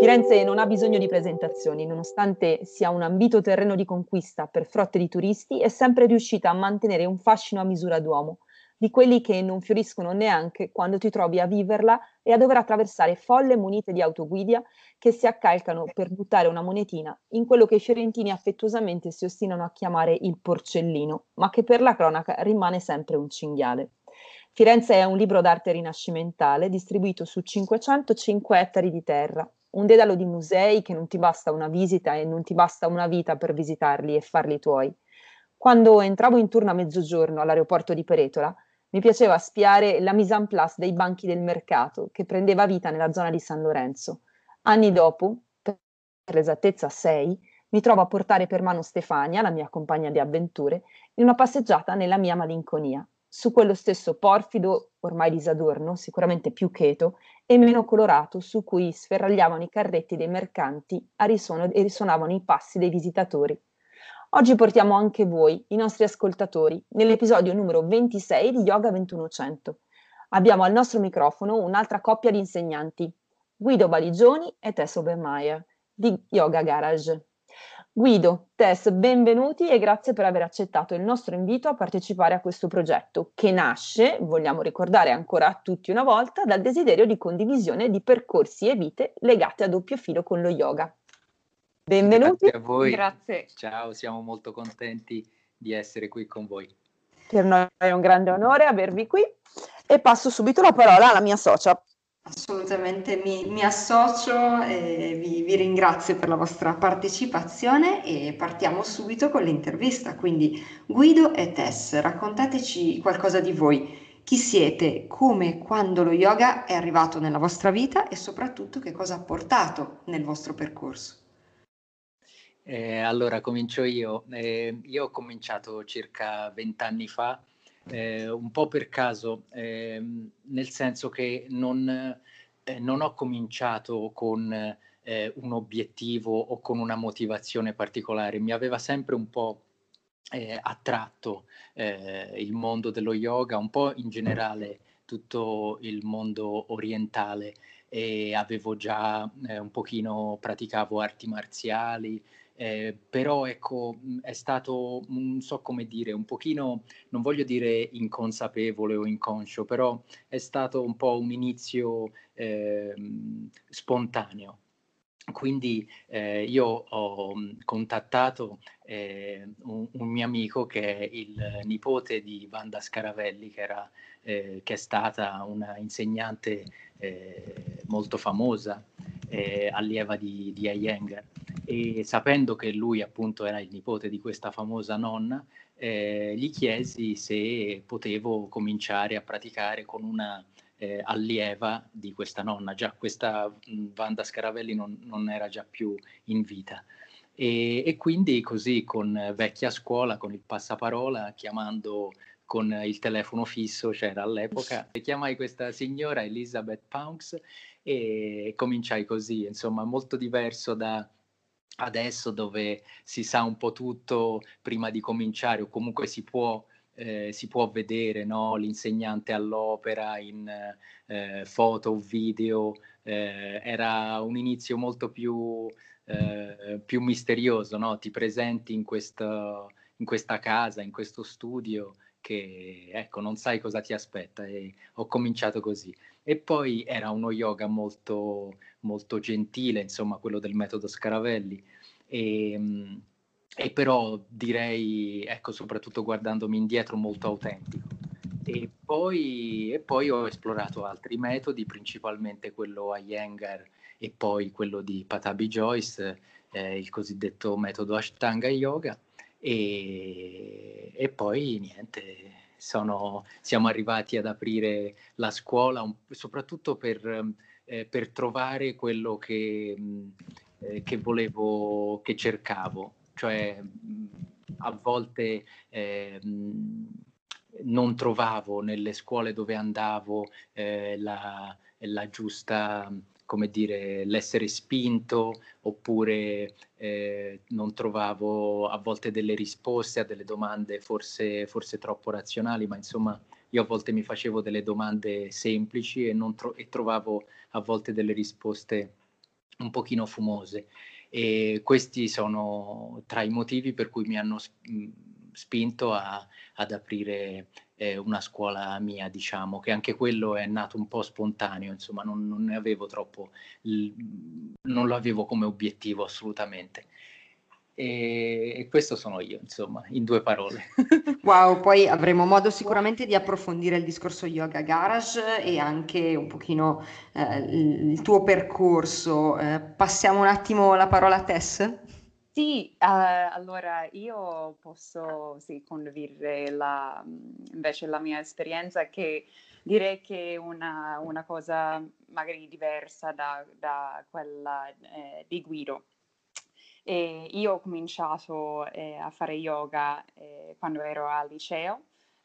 Firenze non ha bisogno di presentazioni, nonostante sia un ambito terreno di conquista per frotte di turisti, è sempre riuscita a mantenere un fascino a misura d'uomo, di quelli che non fioriscono neanche quando ti trovi a viverla e a dover attraversare folle munite di autoguida che si accalcano per buttare una monetina in quello che i fiorentini affettuosamente si ostinano a chiamare il porcellino, ma che per la cronaca rimane sempre un cinghiale. Firenze è un libro d'arte rinascimentale distribuito su 505 ettari di terra, un dedalo di musei che non ti basta una visita e non ti basta una vita per visitarli e farli tuoi. Quando entravo in turno a mezzogiorno all'aeroporto di Peretola, mi piaceva spiare la mise en place dei banchi del mercato che prendeva vita nella zona di San Lorenzo. Anni dopo, per l'esattezza 6, mi trovo a portare per mano Stefania, la mia compagna di avventure, in una passeggiata nella mia malinconia, su quello stesso porfido, ormai disadorno, sicuramente più cheto, e meno colorato su cui sferragliavano i carretti dei mercanti a risuono e risuonavano i passi dei visitatori. Oggi portiamo anche voi, i nostri ascoltatori, nell'episodio numero 26 di Yoga 2100. Abbiamo al nostro microfono un'altra coppia di insegnanti, Guido Baligioni e Tess Obermeier, di Yoga Garage. Guido, Tess, benvenuti e grazie per aver accettato il nostro invito a partecipare a questo progetto che nasce, vogliamo ricordare ancora a tutti una volta, dal desiderio di condivisione di percorsi e vite legate a doppio filo con lo yoga. Benvenuti. Grazie a voi. Grazie. Ciao, siamo molto contenti di essere qui con voi. Per noi è un grande onore avervi qui e passo subito la parola alla mia socia. Assolutamente mi associo e vi ringrazio per la vostra partecipazione e partiamo subito con l'intervista. Quindi Guido e Tess, raccontateci qualcosa di voi. Chi siete, come e quando lo yoga è arrivato nella vostra vita e soprattutto che cosa ha portato nel vostro percorso. Allora, comincio io. Io ho cominciato circa 20 anni fa, un po' per caso, nel senso che non ho cominciato con un obiettivo o con una motivazione particolare. Mi aveva sempre un po' attratto il mondo dello yoga, un po' in generale tutto il mondo orientale, e avevo già un pochino praticavo arti marziali. Però ecco, è stato, non so come dire, un pochino, non voglio dire inconsapevole o inconscio, però è stato un po' un inizio spontaneo. Quindi io ho contattato un mio amico che è il nipote di Wanda Scaravelli, che è stata una insegnante molto famosa, allieva di Iyengar. E sapendo che lui appunto era il nipote di questa famosa nonna, gli chiesi se potevo cominciare a praticare con una allieva di questa nonna. Già questa Wanda Scaravelli non era già più in vita. E quindi così, con vecchia scuola, con il passaparola, chiamando con il telefono fisso, c'era all'epoca, chiamai questa signora Elizabeth Paunks e cominciai così, insomma, molto diverso da adesso, dove si sa un po' tutto prima di cominciare, o comunque si può vedere, no? L'insegnante all'opera in foto o video. Era un inizio molto più misterioso, no? Ti presenti in questa casa, in questo studio, che ecco, non sai cosa ti aspetta, e ho cominciato così. E poi era uno yoga molto, molto gentile, insomma, quello del metodo Scaravelli. E però direi, ecco, soprattutto guardandomi indietro, molto autentico. E poi ho esplorato altri metodi, principalmente quello Iyengar e poi quello di Patabi Joyce, il cosiddetto metodo Ashtanga Yoga. E poi niente, siamo arrivati ad aprire la scuola, soprattutto per trovare quello che volevo, che cercavo. Cioè a volte non trovavo nelle scuole dove andavo la giusta, come dire, l'essere spinto, oppure non trovavo a volte delle risposte a delle domande forse troppo razionali, ma insomma io a volte mi facevo delle domande semplici e trovavo a volte delle risposte un pochino fumose, e questi sono tra i motivi per cui mi hanno spinto ad aprire una scuola mia, diciamo, che anche quello è nato un po' spontaneo, insomma, non ne avevo troppo, non lo avevo come obiettivo assolutamente. E questo sono io, insomma, in 2 parole. Wow, poi avremo modo sicuramente di approfondire il discorso Yoga Garage e anche un pochino il tuo percorso. Passiamo un attimo la parola a Tess? Sì, allora io posso sì, condividere invece la mia esperienza, che direi che è una cosa magari diversa da quella di Guido. E io ho cominciato a fare yoga quando ero al liceo,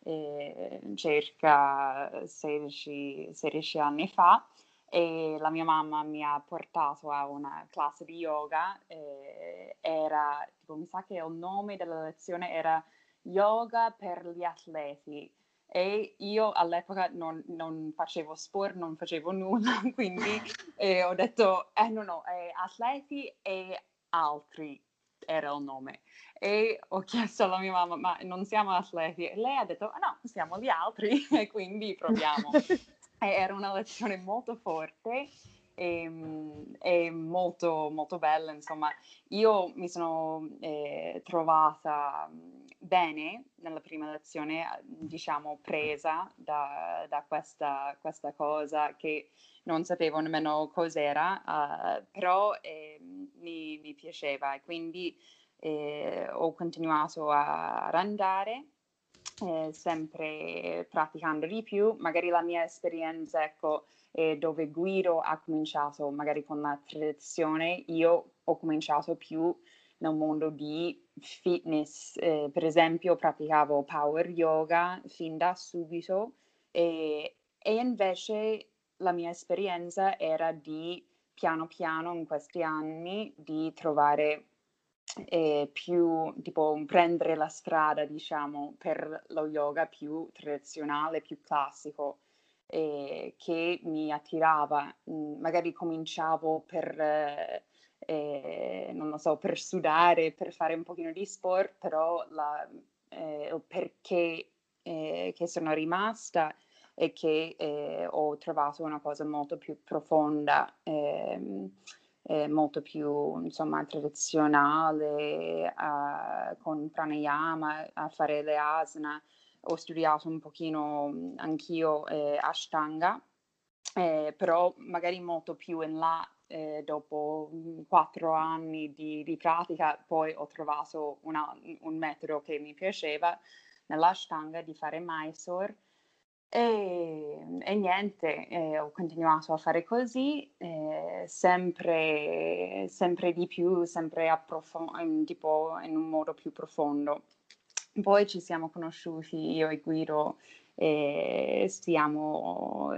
circa 16 anni fa, e la mia mamma mi ha portato a una classe di yoga. Era, tipo, mi sa che il nome della lezione era Yoga per gli atleti. E io all'epoca non facevo sport, non facevo nulla, quindi ho detto, no, atleti e altri era il nome. E ho chiesto alla mia mamma, ma non siamo atleti? E lei ha detto, no, siamo gli altri, e quindi proviamo. Era una lezione molto forte e molto, molto bella, insomma. Io mi sono trovata bene nella prima lezione, diciamo, presa da questa cosa che non sapevo nemmeno cos'era, però mi piaceva, e quindi ho continuato ad andare, sempre praticando di più. Magari la mia esperienza, ecco, dove Guido ha cominciato magari con la tradizione, io ho cominciato più nel mondo di fitness. Per esempio praticavo power yoga fin da subito, e invece la mia esperienza era di piano piano in questi anni di trovare più, tipo, prendere la strada, diciamo, per lo yoga più tradizionale, più classico, che mi attirava. Magari cominciavo non lo so, per sudare, per fare un pochino di sport, però il perché che sono rimasta e che ho trovato una cosa molto più profonda, molto più, insomma, tradizionale, con pranayama, a fare le asana. Ho studiato un pochino anch'io Ashtanga, però magari molto più in là. Dopo 4 anni di pratica, poi ho trovato un metodo che mi piaceva nell'Ashtanga, di fare Mysore. E niente, ho continuato a fare così, sempre di più, sempre tipo in un modo più profondo. Poi ci siamo conosciuti io e Guido, e stiamo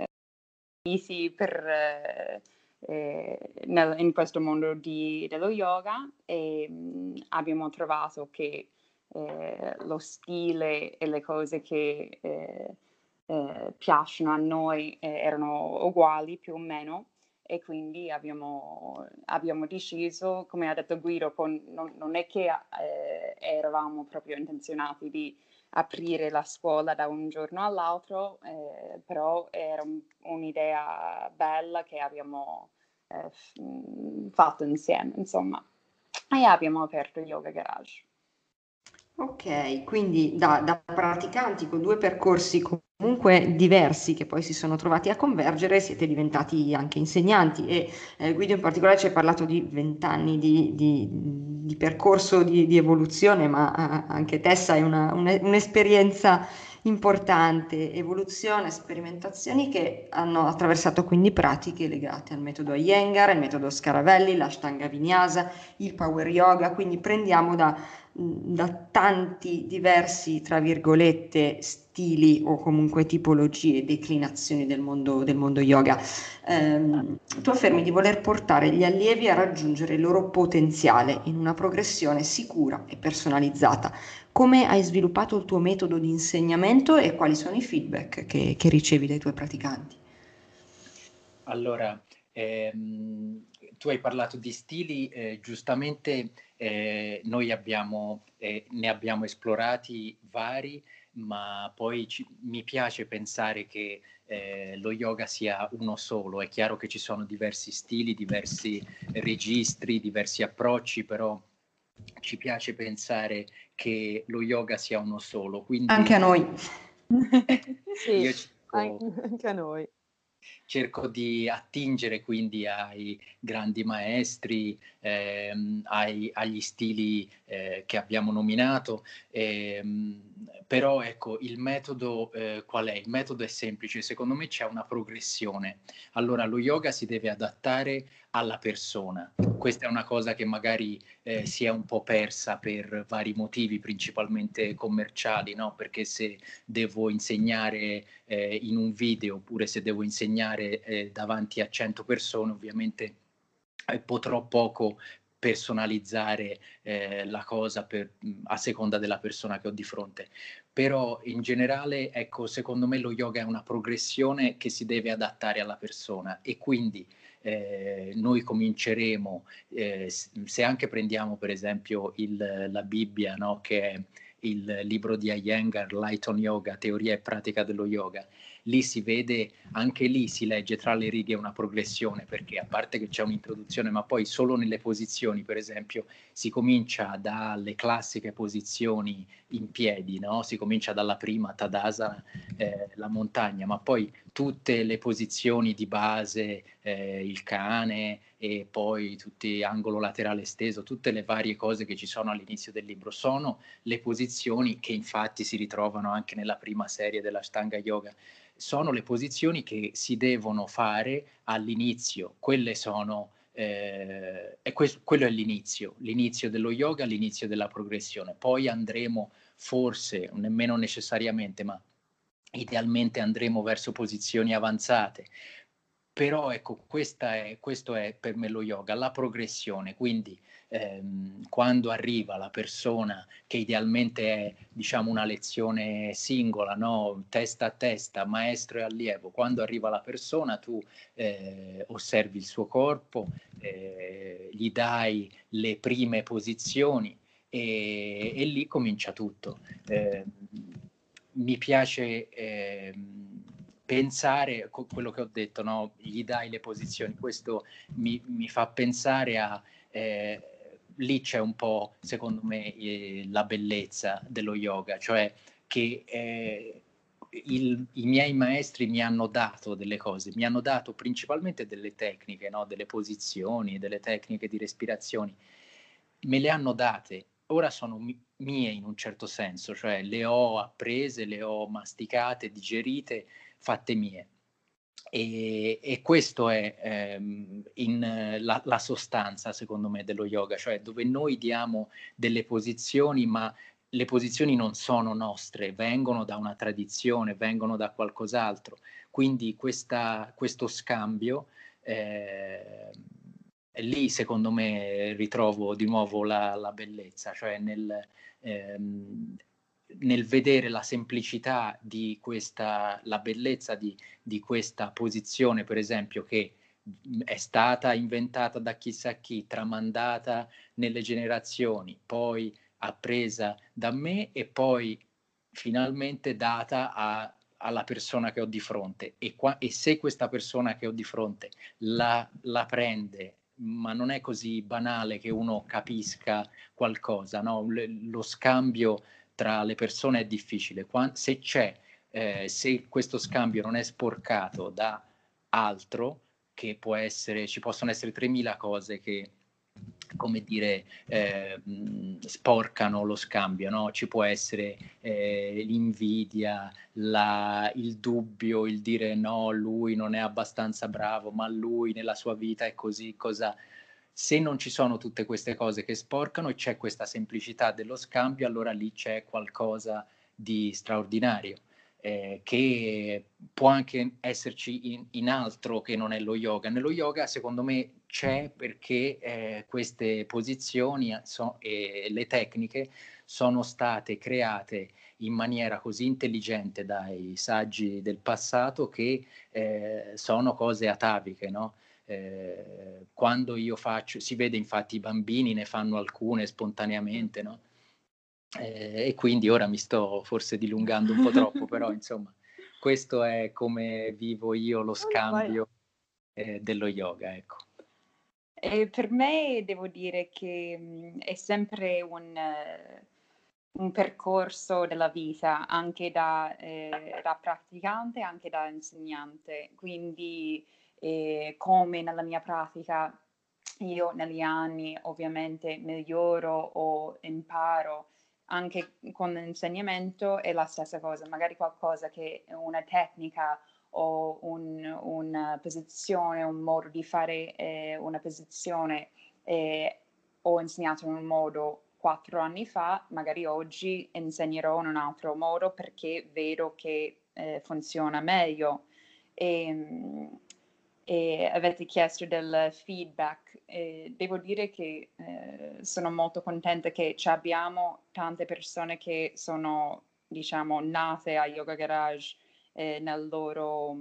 in questo mondo dello yoga, e abbiamo trovato che lo stile e le cose che piacciono a noi erano uguali più o meno, e quindi abbiamo deciso, come ha detto Guido, non è che eravamo proprio intenzionati di aprire la scuola da un giorno all'altro, però era un'idea bella che abbiamo fatto insieme, insomma, e abbiamo aperto Yoga Garage. Ok, quindi da praticanti con 2 percorsi comunque diversi che poi si sono trovati a convergere, siete diventati anche insegnanti, e Guido in particolare ci hai parlato di 20 anni di percorso di evoluzione, ma anche Tessa hai un'esperienza importante, evoluzione, sperimentazioni che hanno attraversato quindi pratiche legate al metodo Iyengar, il metodo Scaravelli, l'Ashtanga Vinyasa, il Power Yoga, quindi prendiamo da tanti diversi, tra virgolette, stili o comunque tipologie e declinazioni del mondo yoga. Tu affermi di voler portare gli allievi a raggiungere il loro potenziale in una progressione sicura e personalizzata. Come hai sviluppato il tuo metodo di insegnamento e quali sono i feedback che ricevi dai tuoi praticanti? Allora, tu hai parlato di stili, giustamente noi ne abbiamo esplorati vari, ma poi mi piace pensare che lo yoga sia uno solo. È chiaro che ci sono diversi stili, diversi registri, diversi approcci, però ci piace pensare che lo yoga sia uno solo. Quindi anche a noi. Sì, io anche a noi. cerco di attingere quindi ai grandi maestri, agli stili che abbiamo nominato, però ecco, il metodo qual è? Il metodo è semplice, secondo me c'è una progressione. Allora, lo yoga si deve adattare alla persona. Questa è una cosa che magari si è un po' persa per vari motivi, principalmente commerciali, no? Perché se devo insegnare in un video, oppure se devo insegnare davanti a 100 persone, ovviamente potrò poco personalizzare la cosa a seconda della persona che ho di fronte. Però in generale, ecco, secondo me lo yoga è una progressione che si deve adattare alla persona, e quindi noi cominceremo, se anche prendiamo per esempio la Bibbia, no? Che è il libro di Iyengar, Light on Yoga, teoria e pratica dello yoga. Lì si vede, anche lì si legge tra le righe una progressione, perché a parte che c'è un'introduzione, ma poi solo nelle posizioni, per esempio, si comincia dalle classiche posizioni in piedi, no? Si comincia dalla prima, Tadasana, la montagna, ma poi tutte le posizioni di base, il cane, e poi tutti angolo laterale esteso, tutte le varie cose che ci sono all'inizio del libro sono le posizioni che infatti si ritrovano anche nella prima serie dell'Ashtanga Yoga. Sono le posizioni che si devono fare all'inizio, quelle sono quello è l'inizio dello yoga, l'inizio della progressione. Poi andremo forse, nemmeno necessariamente, ma idealmente andremo verso posizioni avanzate. Però ecco, questo è per me lo yoga, la progressione. Quindi quando arriva la persona, che idealmente è, diciamo, una lezione singola, no? Testa a testa, maestro e allievo, quando arriva la persona tu osservi il suo corpo, gli dai le prime posizioni, e lì comincia tutto. Mi piace pensare, quello che ho detto, no? Gli dai le posizioni, questo mi fa pensare a lì c'è un po', secondo me, la bellezza dello yoga, cioè che i miei maestri mi hanno dato delle cose, mi hanno dato principalmente delle tecniche, no? Delle posizioni, delle tecniche di respirazioni, me le hanno date, ora sono mie in un certo senso, cioè le ho apprese, le ho masticate, digerite, fatte mie. E questo è la sostanza, secondo me, dello yoga, cioè dove noi diamo delle posizioni, ma le posizioni non sono nostre, vengono da una tradizione, vengono da qualcos'altro. Quindi questo scambio, lì secondo me ritrovo di nuovo la bellezza, cioè nel vedere la semplicità di la bellezza di questa posizione, per esempio, che è stata inventata da chissà chi, tramandata nelle generazioni, poi appresa da me e poi finalmente data alla persona che ho di fronte. E se questa persona che ho di fronte la prende, ma non è così banale che uno capisca qualcosa, no? Lo scambio tra le persone è difficile. Se c'è, se questo scambio non è sporcato da altro, che può essere, ci possono essere 3000 cose che, come dire, sporcano lo scambio, no? Ci può essere l'invidia, il dubbio, il dire no, lui non è abbastanza bravo, ma lui nella sua vita è così, cosa. Se non ci sono tutte queste cose che sporcano e c'è questa semplicità dello scambio, allora lì c'è qualcosa di straordinario, che può anche esserci in altro che non è lo yoga. Nello yoga, secondo me, c'è perché queste posizioni e le tecniche sono state create in maniera così intelligente dai saggi del passato che sono cose ataviche, no? quando io faccio, si vede infatti i bambini ne fanno alcune spontaneamente, no? E quindi ora mi sto forse dilungando un po' troppo, però insomma questo è come vivo io lo scambio dello yoga, ecco. E per me devo dire che è sempre un percorso della vita, anche da praticante, anche da insegnante. Quindi come nella mia pratica io negli anni ovviamente miglioro o imparo, anche con l'insegnamento è la stessa cosa, magari qualcosa che è una tecnica o una posizione, un modo di fare una posizione, ho insegnato in un modo 4 anni fa, magari oggi insegnerò in un altro modo perché vedo che funziona meglio. E avete chiesto del feedback, devo dire che sono molto contenta che abbiamo tante persone che sono, diciamo, nate a Yoga Garage nella loro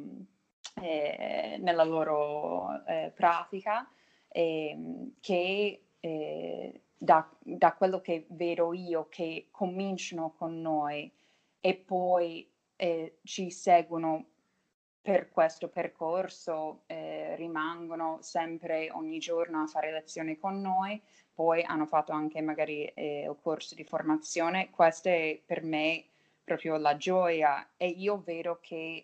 pratica, che da quello che vedo io, che cominciano con noi e poi ci seguono per questo percorso, rimangono sempre ogni giorno a fare lezioni con noi, poi hanno fatto anche magari il corso di formazione. Questa è per me proprio la gioia e io vedo che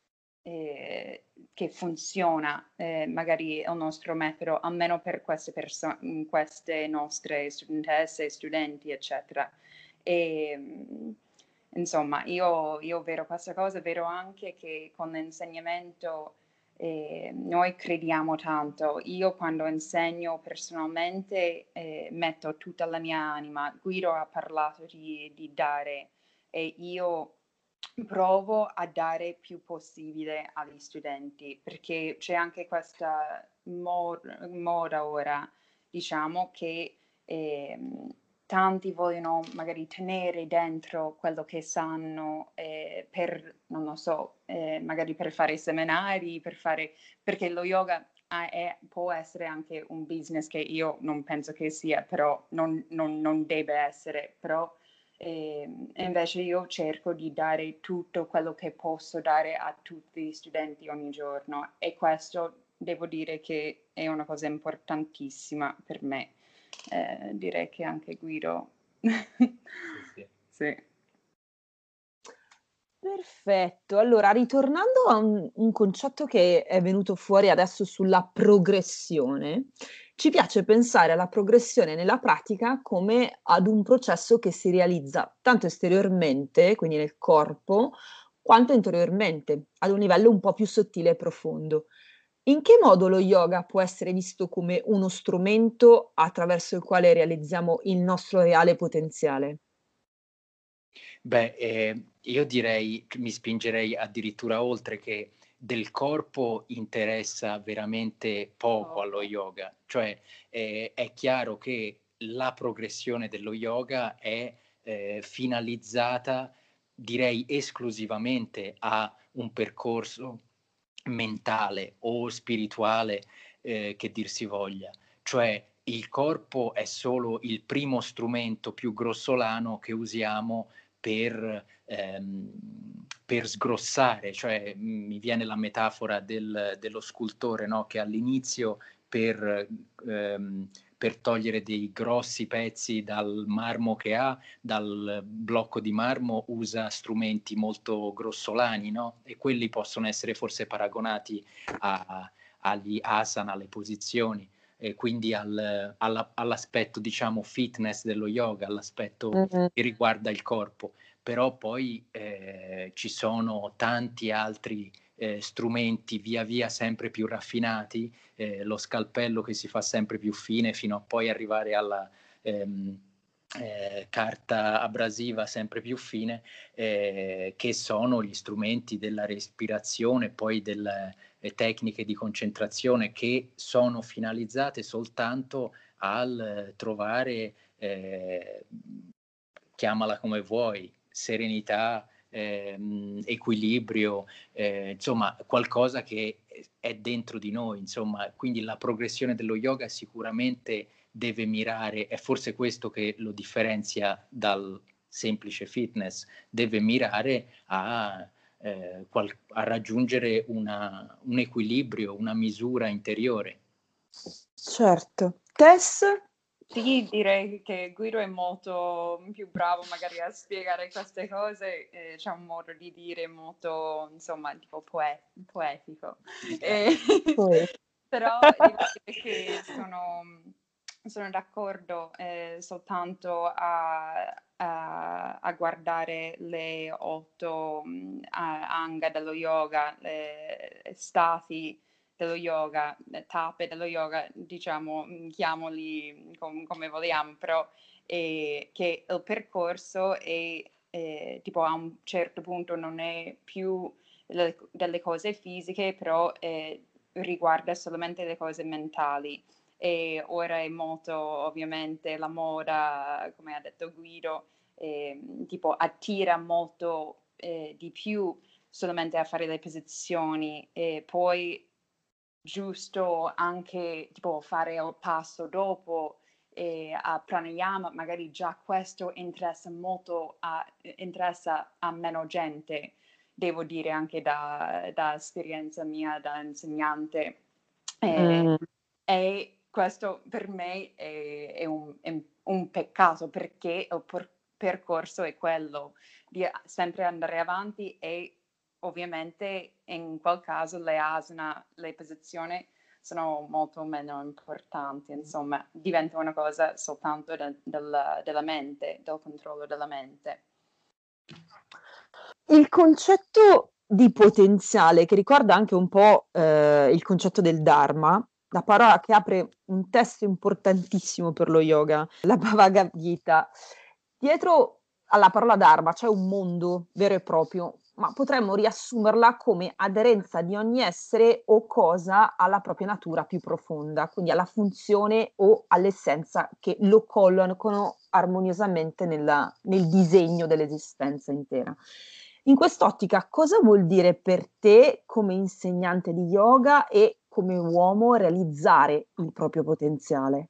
funziona magari il nostro metodo, almeno per queste nostre studentesse, studenti, eccetera. E, insomma, io vedo questa cosa, vedo anche che con l'insegnamento noi crediamo tanto. Io quando insegno personalmente metto tutta la mia anima. Guido ha parlato di dare e io provo a dare più possibile agli studenti, perché c'è anche questa moda ora, diciamo, che tanti vogliono magari tenere dentro quello che sanno per, non lo so, magari per fare seminari, perché lo yoga può essere anche un business che io non penso che sia, però non deve essere, però invece io cerco di dare tutto quello che posso dare a tutti gli studenti ogni giorno e questo devo dire che è una cosa importantissima per me. Direi che anche Guido. Sì. Sì. Perfetto. Allora, ritornando a un concetto che è venuto fuori adesso sulla progressione, ci piace pensare alla progressione nella pratica come ad un processo che si realizza tanto esteriormente, quindi nel corpo, quanto interiormente, ad un livello un po' più sottile e profondo. In che modo lo yoga può essere visto come uno strumento attraverso il quale realizziamo il nostro reale potenziale? Beh, io direi, mi spingerei addirittura oltre che del corpo interessa veramente poco allo yoga, cioè è chiaro che la progressione dello yoga è finalizzata, direi esclusivamente a un percorso mentale o spirituale, che dir si voglia, cioè il corpo è solo il primo strumento più grossolano che usiamo per sgrossare, cioè mi viene la metafora dello scultore, no? Che all'inizio per togliere dei grossi pezzi dal marmo che ha, dal blocco di marmo, usa strumenti molto grossolani, no? E quelli possono essere forse paragonati agli asana, alle posizioni, e quindi all'aspetto, diciamo, fitness dello yoga, all'aspetto che riguarda il corpo. Però poi ci sono tanti altri strumenti via via sempre più raffinati, lo scalpello che si fa sempre più fine fino a poi arrivare alla carta abrasiva sempre più fine, che sono gli strumenti della respirazione, poi delle tecniche di concentrazione che sono finalizzate soltanto al trovare, chiamala come vuoi, serenità, equilibrio, insomma qualcosa che è dentro di noi, insomma, quindi la progressione dello yoga sicuramente deve mirare, è forse questo che lo differenzia dal semplice fitness, deve mirare a raggiungere un equilibrio, una misura interiore. Certo. Tess? Sì, direi che Guido è molto più bravo magari a spiegare queste cose, c'è un modo di dire molto, insomma, tipo poetico. Però devo dire che sono d'accordo soltanto a guardare le 8 anga dello yoga, stati dello yoga, tappe dello yoga, diciamo, chiamoli come vogliamo, però che il percorso è tipo a un certo punto non è più delle cose fisiche, però riguarda solamente le cose mentali. E ora è molto ovviamente la moda, come ha detto Guido, tipo attira molto di più solamente a fare le posizioni e poi giusto anche tipo fare il passo dopo a pranayama, magari già questo interessa a meno gente, devo dire anche da esperienza mia da insegnante. E questo per me è un peccato perché il percorso è quello di sempre andare avanti e ovviamente in quel caso le asana, le posizioni sono molto meno importanti, insomma, diventa una cosa soltanto della mente, del controllo della mente. Il concetto di potenziale, che ricorda anche un po' il concetto del Dharma, la parola che apre un testo importantissimo per lo yoga, la Bhagavad Gita. Dietro alla parola Dharma c'è un mondo vero e proprio, ma potremmo riassumerla come aderenza di ogni essere o cosa alla propria natura più profonda, quindi alla funzione o all'essenza che lo collocano armoniosamente nel disegno dell'esistenza intera. In quest'ottica, cosa vuol dire per te, come insegnante di yoga e come uomo, realizzare il proprio potenziale?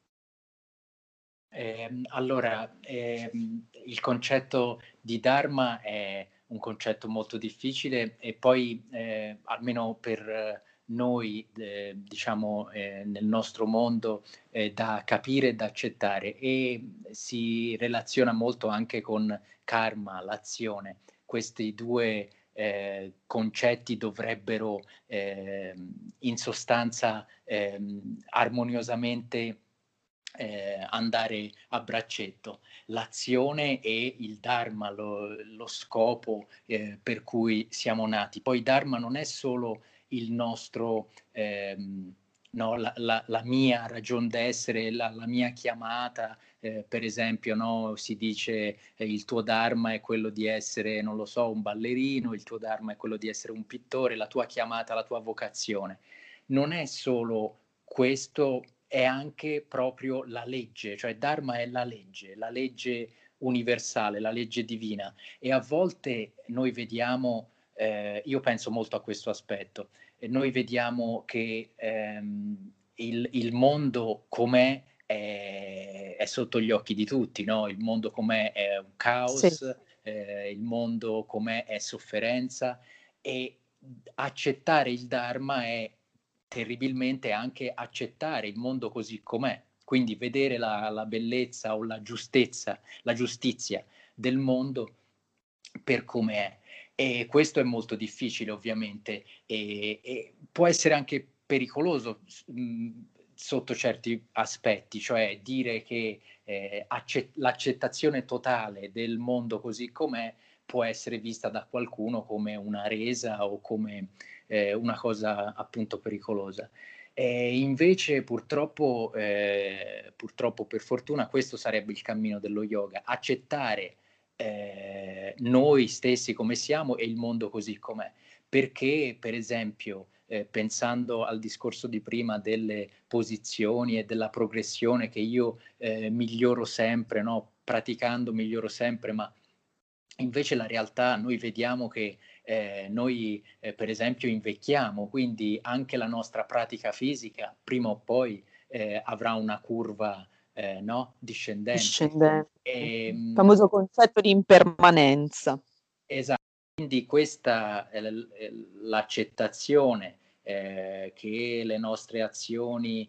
Allora, il concetto di Dharma è un concetto molto difficile e poi, almeno per noi, diciamo, nel nostro mondo, da capire e da accettare e si relaziona molto anche con karma, l'azione. Questi due concetti dovrebbero in sostanza armoniosamente andare a braccetto. L'azione e il Dharma, lo scopo per cui siamo nati. Poi Dharma non è solo il nostro, no, la mia ragion d'essere, la mia chiamata, per esempio, no, si dice il tuo Dharma è quello di essere, non lo so, un ballerino, il tuo Dharma è quello di essere un pittore, la tua chiamata, la tua vocazione. Non è solo questo, è anche proprio la legge, cioè Dharma è la legge universale, la legge divina. E a volte noi vediamo, io penso molto a questo aspetto, e noi vediamo che il mondo com'è è sotto gli occhi di tutti, no? Il mondo com'è è un caos, sì. Il mondo com'è è sofferenza e accettare il Dharma è terribilmente anche accettare il mondo così com'è, quindi vedere la bellezza o la giustezza, la giustizia del mondo per come è. E questo è molto difficile ovviamente e può essere anche pericoloso sotto certi aspetti, cioè dire che l'accettazione totale del mondo così com'è può essere vista da qualcuno come una resa o come una cosa appunto pericolosa. Invece purtroppo per fortuna questo sarebbe il cammino dello yoga, accettare noi stessi come siamo e il mondo così com'è, perché per esempio pensando al discorso di prima delle posizioni e della progressione che io miglioro sempre, no? Praticando miglioro sempre, ma Invece la realtà, noi vediamo che noi per esempio invecchiamo, quindi anche la nostra pratica fisica prima o poi avrà una curva no? Discendente. Discendente. Il Ehm, famoso concetto di impermanenza. Esatto, quindi questa è l'accettazione che le nostre azioni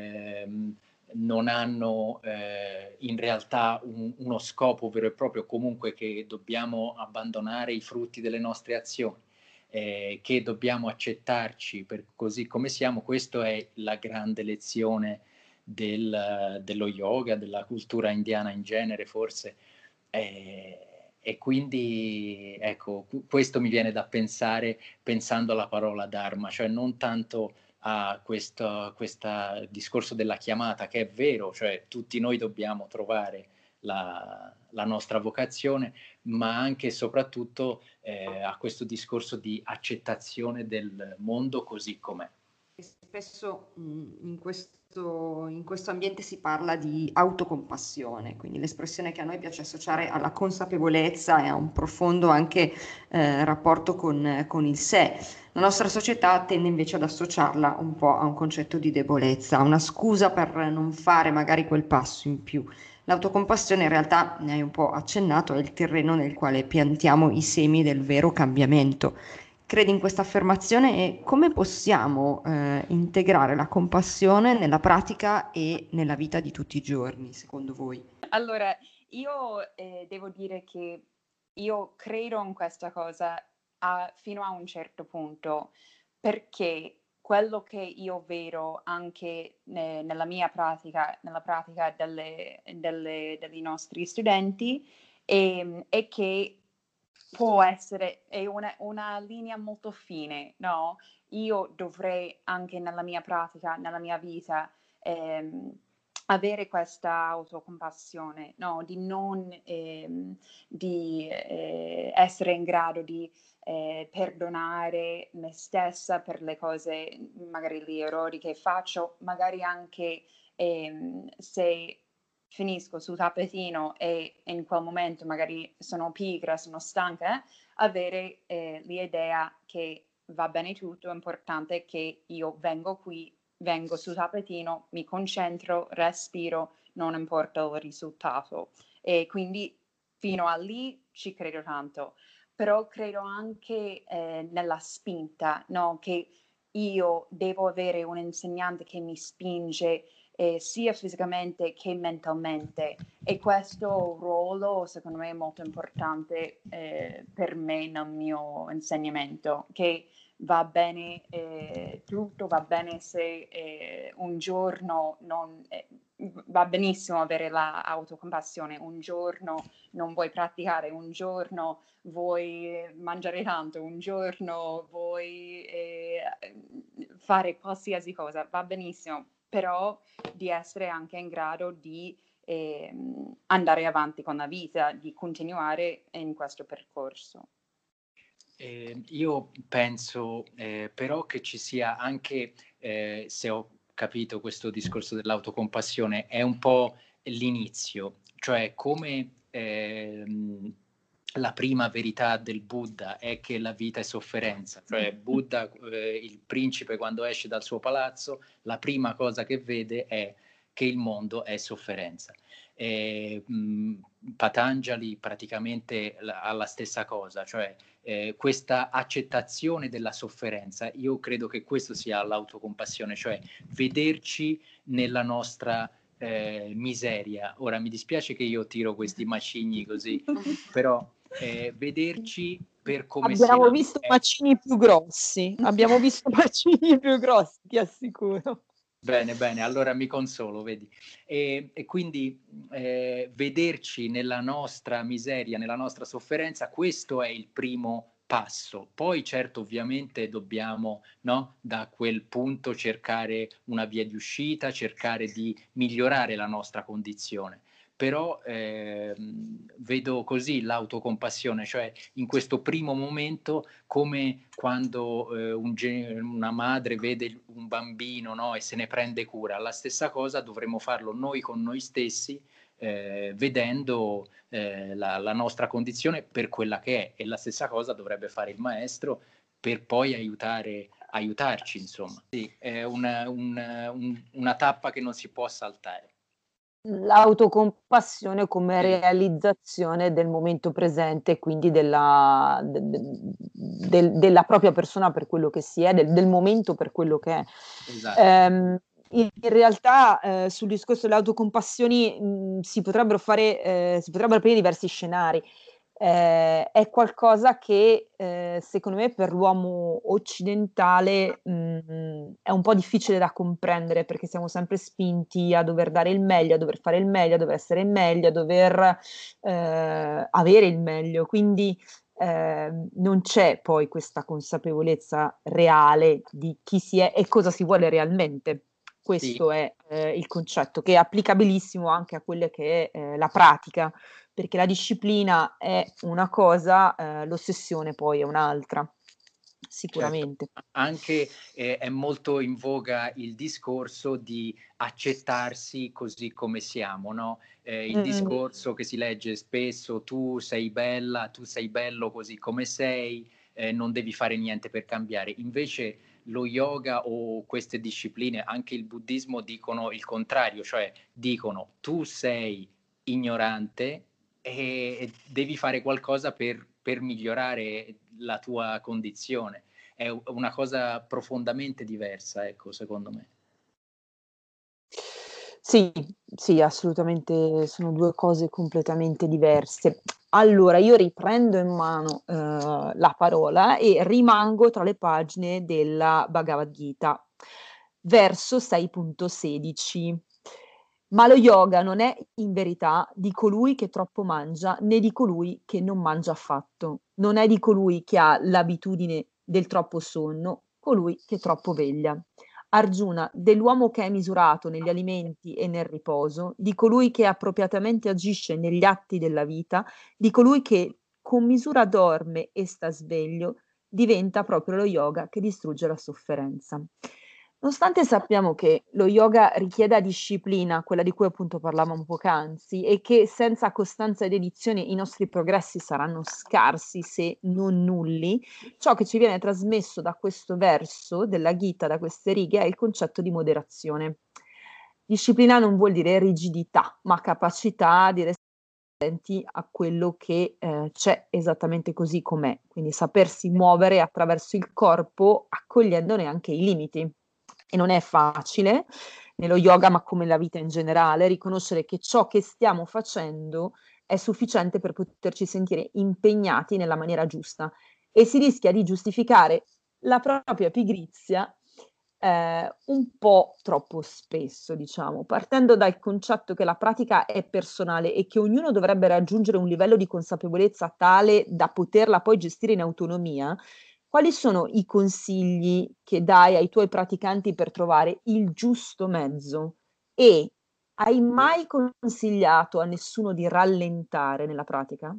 non hanno in realtà uno scopo vero e proprio, comunque che dobbiamo abbandonare i frutti delle nostre azioni, che dobbiamo accettarci per così come siamo. Questa è la grande lezione dello yoga, della cultura indiana in genere forse. E quindi ecco, questo mi viene da pensare pensando alla parola Dharma, cioè non tanto a questo discorso della chiamata, che è vero, cioè tutti noi dobbiamo trovare la nostra vocazione, ma anche e soprattutto a questo discorso di accettazione del mondo così com'è. Spesso in questo ambiente si parla di autocompassione, quindi l'espressione che a noi piace associare alla consapevolezza e a un profondo anche rapporto con il sé. La nostra società tende invece ad associarla un po' a un concetto di debolezza, a una scusa per non fare magari quel passo in più. L'autocompassione in realtà, ne hai un po' accennato, è il terreno nel quale piantiamo i semi del vero cambiamento. Credi in questa affermazione e come possiamo integrare la compassione nella pratica e nella vita di tutti i giorni, secondo voi? Allora, io devo dire che io credo in questa cosa fino a un certo punto, perché quello che io vedo anche nella mia pratica, nella pratica dei nostri studenti, è che può essere, è una linea molto fine, no? Io dovrei anche nella mia pratica, nella mia vita, avere questa autocompassione, no? Di non di essere in grado di perdonare me stessa per le cose, magari gli errori che faccio, magari anche se finisco sul tappetino e in quel momento magari sono pigra, sono stanca, avere l'idea che va bene tutto, è importante che io vengo qui, vengo sul tappetino, mi concentro, respiro, non importa il risultato. E quindi fino a lì ci credo tanto, però credo anche nella spinta, no? Che io devo avere un insegnante che mi spinge sia fisicamente che mentalmente, e questo ruolo secondo me è molto importante per me nel mio insegnamento, che va bene tutto, va bene se un giorno non va benissimo avere l'autocompassione, un giorno non vuoi praticare, un giorno vuoi mangiare tanto, un giorno vuoi fare qualsiasi cosa, va benissimo, però di essere anche in grado di andare avanti con la vita, di continuare in questo percorso. Io penso però che ci sia anche, se ho capito questo discorso dell'autocompassione, è un po' l'inizio, cioè come la prima verità del Buddha è che la vita è sofferenza, cioè Buddha, il principe, quando esce dal suo palazzo, la prima cosa che vede è che il mondo è sofferenza. Patanjali praticamente ha la stessa cosa, cioè questa accettazione della sofferenza. Io credo che questo sia l'autocompassione, cioè vederci nella nostra miseria. Ora mi dispiace che io tiro questi macigni così, però vederci per come Abbiamo siamo. visto macini più grossi, abbiamo visto macini più grossi, ti assicuro. Bene, bene, allora mi consolo, vedi. E quindi vederci nella nostra miseria, nella nostra sofferenza, questo è il primo passo. Poi certo, ovviamente dobbiamo, no, da quel punto cercare una via di uscita, cercare di migliorare la nostra condizione. Però vedo così l'autocompassione, cioè in questo primo momento come quando una madre vede un bambino, no, e se ne prende cura. La stessa cosa dovremmo farlo noi con noi stessi vedendo la nostra condizione per quella che è, e la stessa cosa dovrebbe fare il maestro per poi aiutarci, insomma. Sì, è una tappa che non si può saltare. L'autocompassione come Sì. realizzazione del momento presente, quindi della propria persona per quello che si è, del momento per quello che è. Esatto. In realtà sul discorso delle autocompassioni si potrebbero aprire diversi scenari. È qualcosa che secondo me per l'uomo occidentale è un po' difficile da comprendere, perché siamo sempre spinti a dover dare il meglio, a dover fare il meglio, a dover essere il meglio, a dover avere il meglio. Quindi non c'è poi questa consapevolezza reale di chi si è e cosa si vuole realmente. Questo è il concetto, che è applicabilissimo anche a quella che è la pratica, perché la disciplina è una cosa, l'ossessione poi è un'altra, sicuramente. Certo. Anche è molto in voga il discorso di accettarsi così come siamo, no? Il discorso che si legge spesso: tu sei bella, tu sei bello così come sei, non devi fare niente per cambiare. Invece lo yoga o queste discipline, anche il buddismo, dicono il contrario, cioè dicono: tu sei ignorante e devi fare qualcosa per migliorare la tua condizione. È una cosa profondamente diversa, ecco, secondo me. Sì, sì, assolutamente sono 2 cose completamente diverse. Allora, io riprendo in mano, la parola e rimango tra le pagine della Bhagavad Gita, verso 6.16. Ma lo yoga non è in verità di colui che troppo mangia, né di colui che non mangia affatto. Non è di colui che ha l'abitudine del troppo sonno, colui che troppo veglia. Arjuna, dell'uomo che è misurato negli alimenti e nel riposo, di colui che appropriatamente agisce negli atti della vita, di colui che con misura dorme e sta sveglio, diventa proprio lo yoga che distrugge la sofferenza. Nonostante sappiamo che lo yoga richieda disciplina, quella di cui appunto parlavamo poc'anzi, e che senza costanza e dedizione i nostri progressi saranno scarsi se non nulli, ciò che ci viene trasmesso da questo verso della Gita, da queste righe, è il concetto di moderazione. Disciplina non vuol dire rigidità, ma capacità di restare attenti a quello che c'è esattamente così com'è, quindi sapersi muovere attraverso il corpo, accogliendone anche i limiti. E non è facile nello yoga, ma come nella vita in generale, riconoscere che ciò che stiamo facendo è sufficiente per poterci sentire impegnati nella maniera giusta, e si rischia di giustificare la propria pigrizia un po' troppo spesso, diciamo, partendo dal concetto che la pratica è personale e che ognuno dovrebbe raggiungere un livello di consapevolezza tale da poterla poi gestire in autonomia. Quali sono i consigli che dai ai tuoi praticanti per trovare il giusto mezzo? E hai mai consigliato a nessuno di rallentare nella pratica?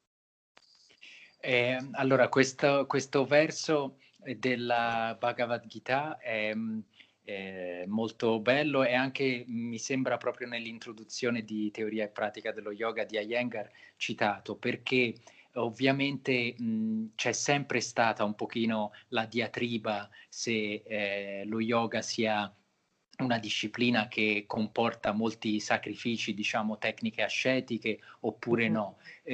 Allora, questo verso della Bhagavad Gita è molto bello, e anche mi sembra proprio nell'introduzione di Teoria e Pratica dello Yoga di Iyengar citato, perché ovviamente c'è sempre stata un pochino la diatriba se lo yoga sia una disciplina che comporta molti sacrifici, diciamo, tecniche ascetiche oppure no.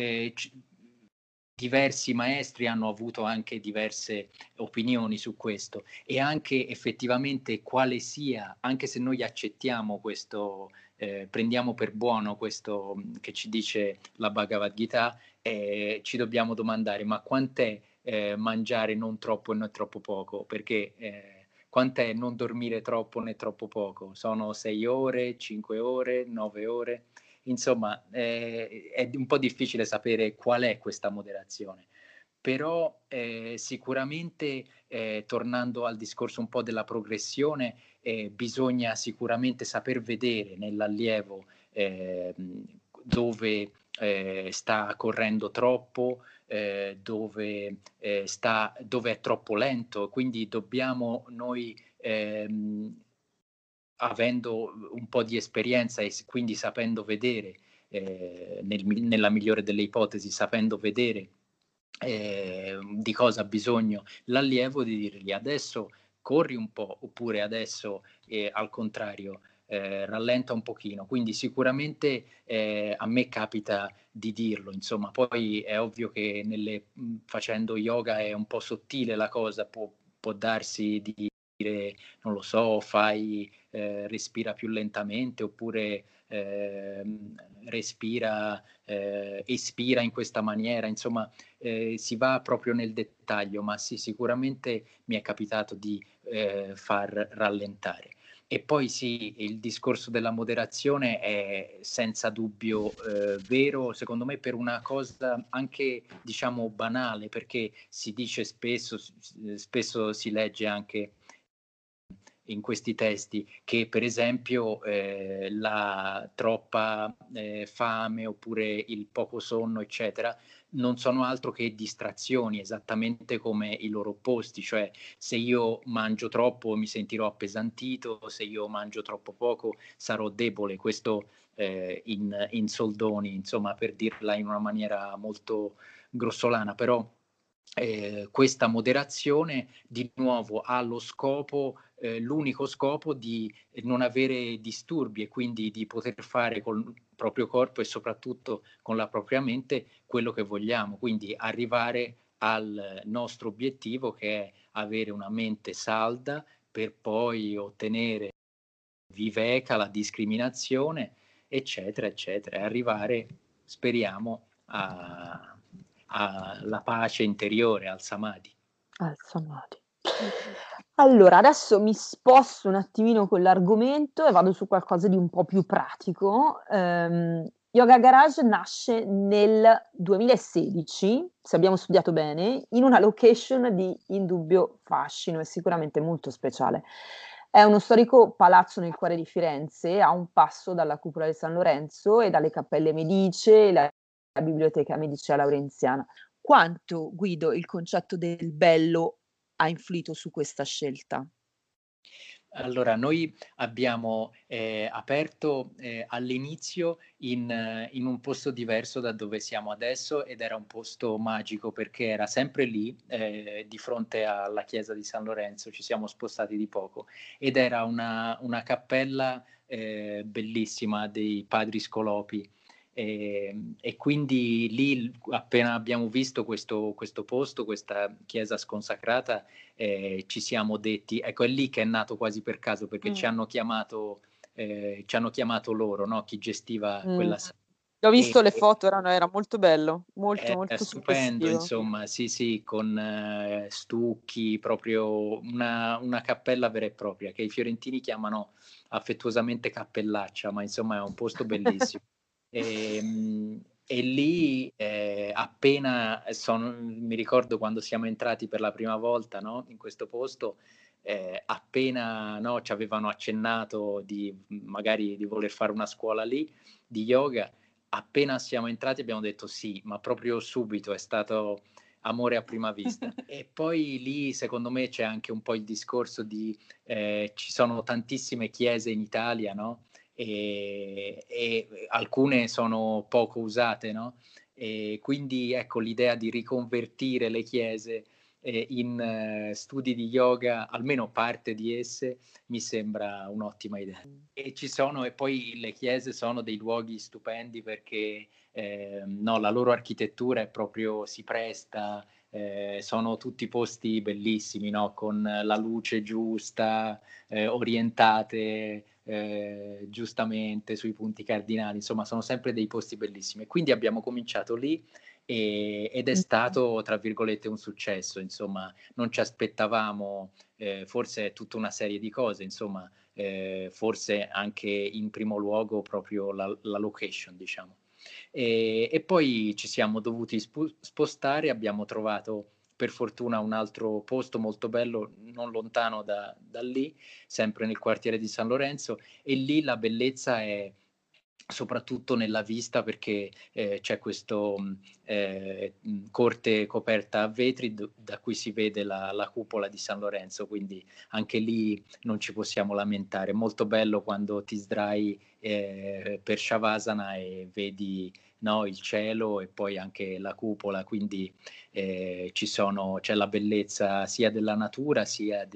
Diversi maestri hanno avuto anche diverse opinioni su questo, e anche effettivamente quale sia, anche se noi accettiamo questo, prendiamo per buono questo che ci dice la Bhagavad Gita, ci dobbiamo domandare: ma quant'è mangiare non troppo e non troppo poco? Perché quant'è non dormire troppo né troppo poco? Sono 6 ore, 5 ore, 9 ore? Insomma, è un po' difficile sapere qual è questa moderazione, però sicuramente, tornando al discorso un po' della progressione, bisogna sicuramente saper vedere nell'allievo dove sta correndo troppo, dove è troppo lento, quindi dobbiamo noi, avendo un po' di esperienza e quindi sapendo vedere nella migliore delle ipotesi, sapendo vedere di cosa ha bisogno l'allievo, di dirgli adesso corri un po', oppure adesso al contrario rallenta un pochino. Quindi sicuramente a me capita di dirlo, insomma. Poi è ovvio che facendo yoga è un po' sottile la cosa, può darsi di dire, non lo so, respira più lentamente, oppure espira in questa maniera, insomma. Si va proprio nel dettaglio, ma sì, sicuramente mi è capitato di far rallentare. E poi sì, il discorso della moderazione è senza dubbio vero, secondo me, per una cosa anche, diciamo, banale, perché si dice spesso si legge anche in questi testi che, per esempio, la troppa fame, oppure il poco sonno, eccetera, non sono altro che distrazioni, esattamente come i loro opposti. Cioè, se io mangio troppo mi sentirò appesantito, se io mangio troppo poco sarò debole. Questo in soldoni, insomma, per dirla in una maniera molto grossolana. Però questa moderazione di nuovo ha l'unico scopo di non avere disturbi, e quindi di poter fare col proprio corpo e soprattutto con la propria mente quello che vogliamo, quindi arrivare al nostro obiettivo, che è avere una mente salda, per poi ottenere viveka, la discriminazione, eccetera, eccetera, e arrivare, speriamo, alla pace interiore, al samadhi. Al samadhi. Allora, adesso mi sposto un attimino con l'argomento e vado su qualcosa di un po' più pratico. Yoga Garage nasce nel 2016, se abbiamo studiato bene, in una location di indubbio fascino e sicuramente molto speciale. È uno storico palazzo nel cuore di Firenze, a un passo dalla cupola di San Lorenzo e dalle cappelle Medice e la biblioteca Medicea Laurenziana. Quanto, Guido, il concetto del bello ha influito su questa scelta? Allora, noi abbiamo aperto all'inizio in un posto diverso da dove siamo adesso, ed era un posto magico perché era sempre lì, di fronte alla chiesa di San Lorenzo. Ci siamo spostati di poco, ed era una cappella bellissima dei padri Scolopi. E quindi lì, appena abbiamo visto questo posto, questa chiesa sconsacrata, ci siamo detti, ecco, è lì che è nato quasi per caso, perché ci hanno chiamato loro, no? Chi gestiva quella sala. Ho visto le E foto, era molto bello, molto, è molto stupendo, suggestivo. insomma, sì, con stucchi, proprio una cappella vera e propria, che i fiorentini chiamano affettuosamente cappellaccia, ma insomma è un posto bellissimo. E lì appena mi ricordo quando siamo entrati per la prima volta, no, in questo posto, appena, no, ci avevano accennato magari di voler fare una scuola lì di yoga. Appena siamo entrati abbiamo detto sì, ma proprio subito, è stato amore a prima vista. E poi lì, secondo me, c'è anche un po' il discorso ci sono tantissime chiese in Italia, no? E alcune sono poco usate, no? E quindi ecco, l'idea di riconvertire le chiese in studi di yoga, almeno parte di esse, mi sembra un'ottima idea. E poi le chiese sono dei luoghi stupendi, perché no, la loro architettura è proprio, si presta, sono tutti posti bellissimi, no? Con la luce giusta, orientate giustamente sui punti cardinali, insomma sono sempre dei posti bellissimi. E quindi abbiamo cominciato lì ed è stato, tra virgolette, un successo, insomma. Non ci aspettavamo, forse tutta una serie di cose, insomma, forse anche in primo luogo proprio la location, diciamo. E poi ci siamo dovuti spostare, abbiamo trovato per fortuna un altro posto molto bello non lontano da lì, sempre nel quartiere di San Lorenzo, e lì la bellezza è soprattutto nella vista, perché c'è questo corte coperta a vetri da cui si vede la cupola di San Lorenzo, quindi anche lì non ci possiamo lamentare. Molto bello quando ti sdrai per Shavasana e vedi, no, il cielo e poi anche la cupola, quindi c'è la bellezza sia della natura sia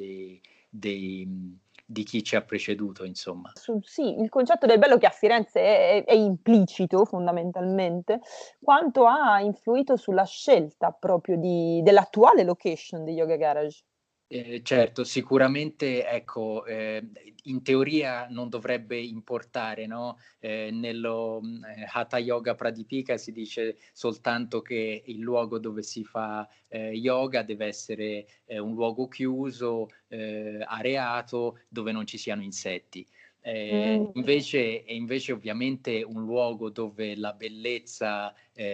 di chi ci ha preceduto, insomma. Sì, il concetto del bello che a Firenze è implicito fondamentalmente, quanto ha influito sulla scelta proprio dell'attuale location di Yoga Garage? Certo, sicuramente, ecco, in teoria non dovrebbe importare, no? Nello Hatha Yoga Pradipika si dice soltanto che il luogo dove si fa yoga deve essere un luogo chiuso, areato, dove non ci siano insetti. Invece ovviamente un luogo dove la bellezza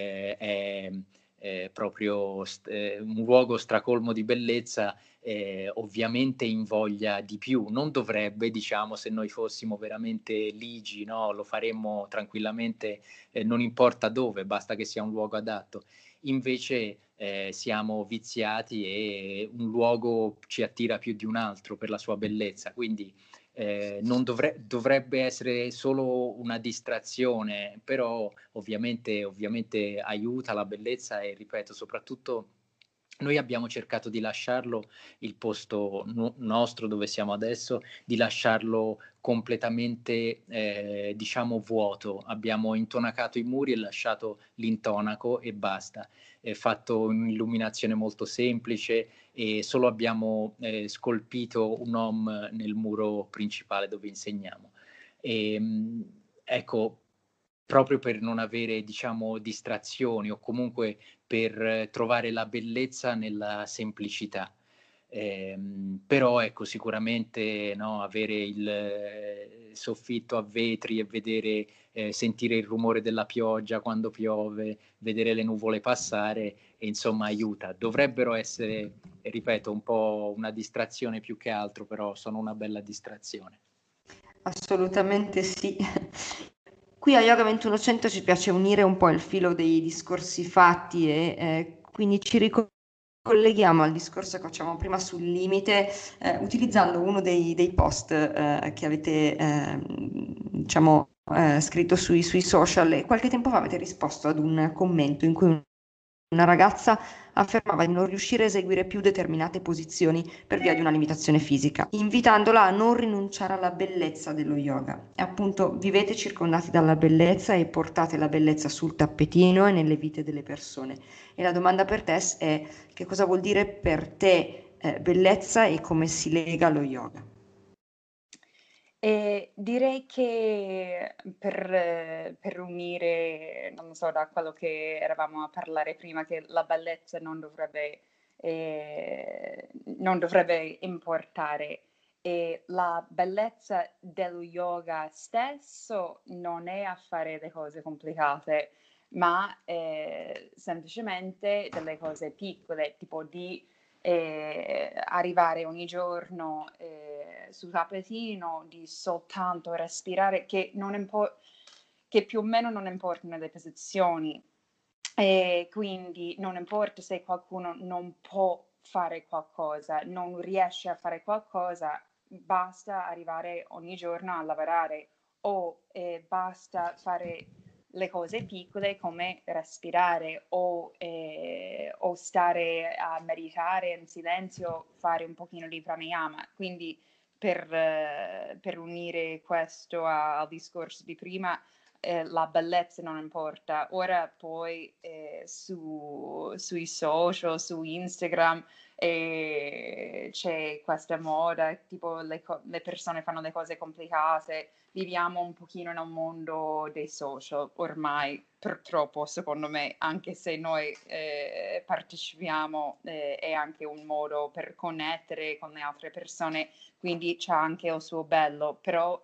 è proprio un luogo stracolmo di bellezza, ovviamente invoglia di più. Non dovrebbe, diciamo, se noi fossimo veramente ligi, no? Lo faremmo tranquillamente, non importa dove, basta che sia un luogo adatto. Invece siamo viziati e un luogo ci attira più di un altro per la sua bellezza, quindi non dovrebbe essere solo una distrazione, però ovviamente aiuta la bellezza e, ripeto, soprattutto noi abbiamo cercato di lasciarlo, il posto nostro dove siamo adesso, di lasciarlo completamente, diciamo, vuoto. Abbiamo intonacato i muri e lasciato l'intonaco e basta. Fatto un'illuminazione molto semplice e solo abbiamo scolpito un Om nel muro principale dove insegniamo. Ecco, proprio per non avere, diciamo, distrazioni o comunque per trovare la bellezza nella semplicità. Però ecco, sicuramente, no, avere il soffitto a vetri e vedere, sentire il rumore della pioggia quando piove, vedere le nuvole passare, e insomma aiuta. Dovrebbero essere, ripeto, un po' una distrazione più che altro, però sono una bella distrazione. Assolutamente sì. Qui a Yoga 2100 ci piace unire un po' il filo dei discorsi fatti e quindi ci ricolleghiamo al discorso che facciamo prima sul limite, utilizzando uno dei post che avete diciamo, scritto sui social. E qualche tempo fa avete risposto ad un commento in cui una ragazza affermava di non riuscire a eseguire più determinate posizioni per via di una limitazione fisica, invitandola a non rinunciare alla bellezza dello yoga. E appunto, vivete circondati dalla bellezza e portate la bellezza sul tappetino e nelle vite delle persone. E la domanda per te è: che cosa vuol dire per te bellezza e come si lega allo yoga? Direi che per unire, non so, da quello che eravamo a parlare prima, che la bellezza non dovrebbe importare. E la bellezza dello yoga stesso non è a fare le cose complicate, ma semplicemente delle cose piccole, tipo di arrivare ogni giorno sul tappetino, di soltanto respirare, che più o meno non importano le posizioni. E quindi non importa se qualcuno non può fare qualcosa, non riesce a fare qualcosa, basta arrivare ogni giorno a lavorare o basta fare le cose piccole come respirare o stare a meditare in silenzio, fare un pochino di pranayama. Quindi per unire questo al discorso di prima, la bellezza non importa. Ora poi sui social, su Instagram, c'è questa moda, tipo le persone fanno le cose complicate. Viviamo un pochino nel mondo dei social ormai, purtroppo, secondo me, anche se noi partecipiamo, è anche un modo per connettere con le altre persone, quindi c'è anche il suo bello, però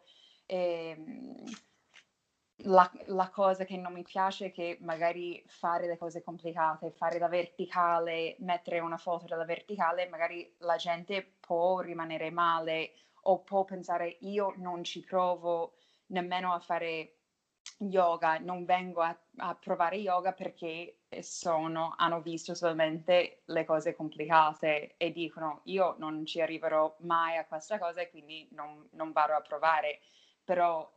la cosa che non mi piace è che magari fare le cose complicate, fare la verticale, mettere una foto della verticale, magari la gente può rimanere male o può pensare io non ci provo nemmeno a fare yoga, non vengo a provare yoga perché hanno visto solamente le cose complicate e dicono io non ci arriverò mai a questa cosa e quindi non vado a provare. Però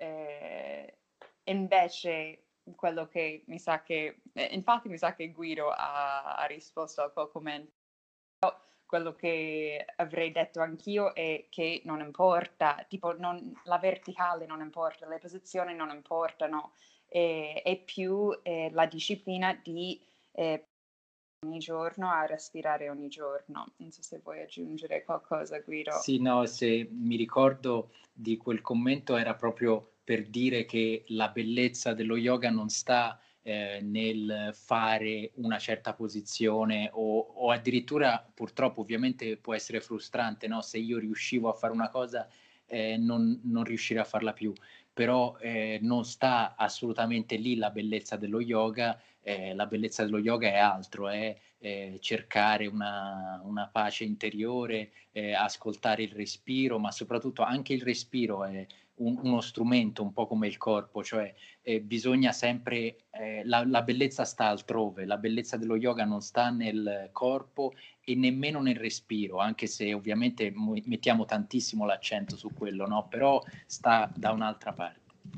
invece quello che mi sa che, infatti mi sa che Guido ha risposto a quel commento. Quello che avrei detto anch'io è che non importa, tipo la verticale non importa, le posizioni non importano, è più la disciplina di ogni giorno a respirare ogni giorno. Non so se vuoi aggiungere qualcosa, Guido. Sì, no, se mi ricordo di quel commento era proprio per dire che la bellezza dello yoga non sta nel fare una certa posizione o addirittura purtroppo ovviamente può essere frustrante, no? Se io riuscivo a fare una cosa non riuscire a farla più, però non sta assolutamente lì la bellezza dello yoga. La bellezza dello yoga è altro, è cercare una pace interiore, ascoltare il respiro, ma soprattutto anche il respiro è uno strumento un po' come il corpo, cioè bisogna sempre, la bellezza sta altrove, la bellezza dello yoga non sta nel corpo e nemmeno nel respiro, anche se ovviamente mettiamo tantissimo l'accento su quello, no? Però sta da un'altra parte.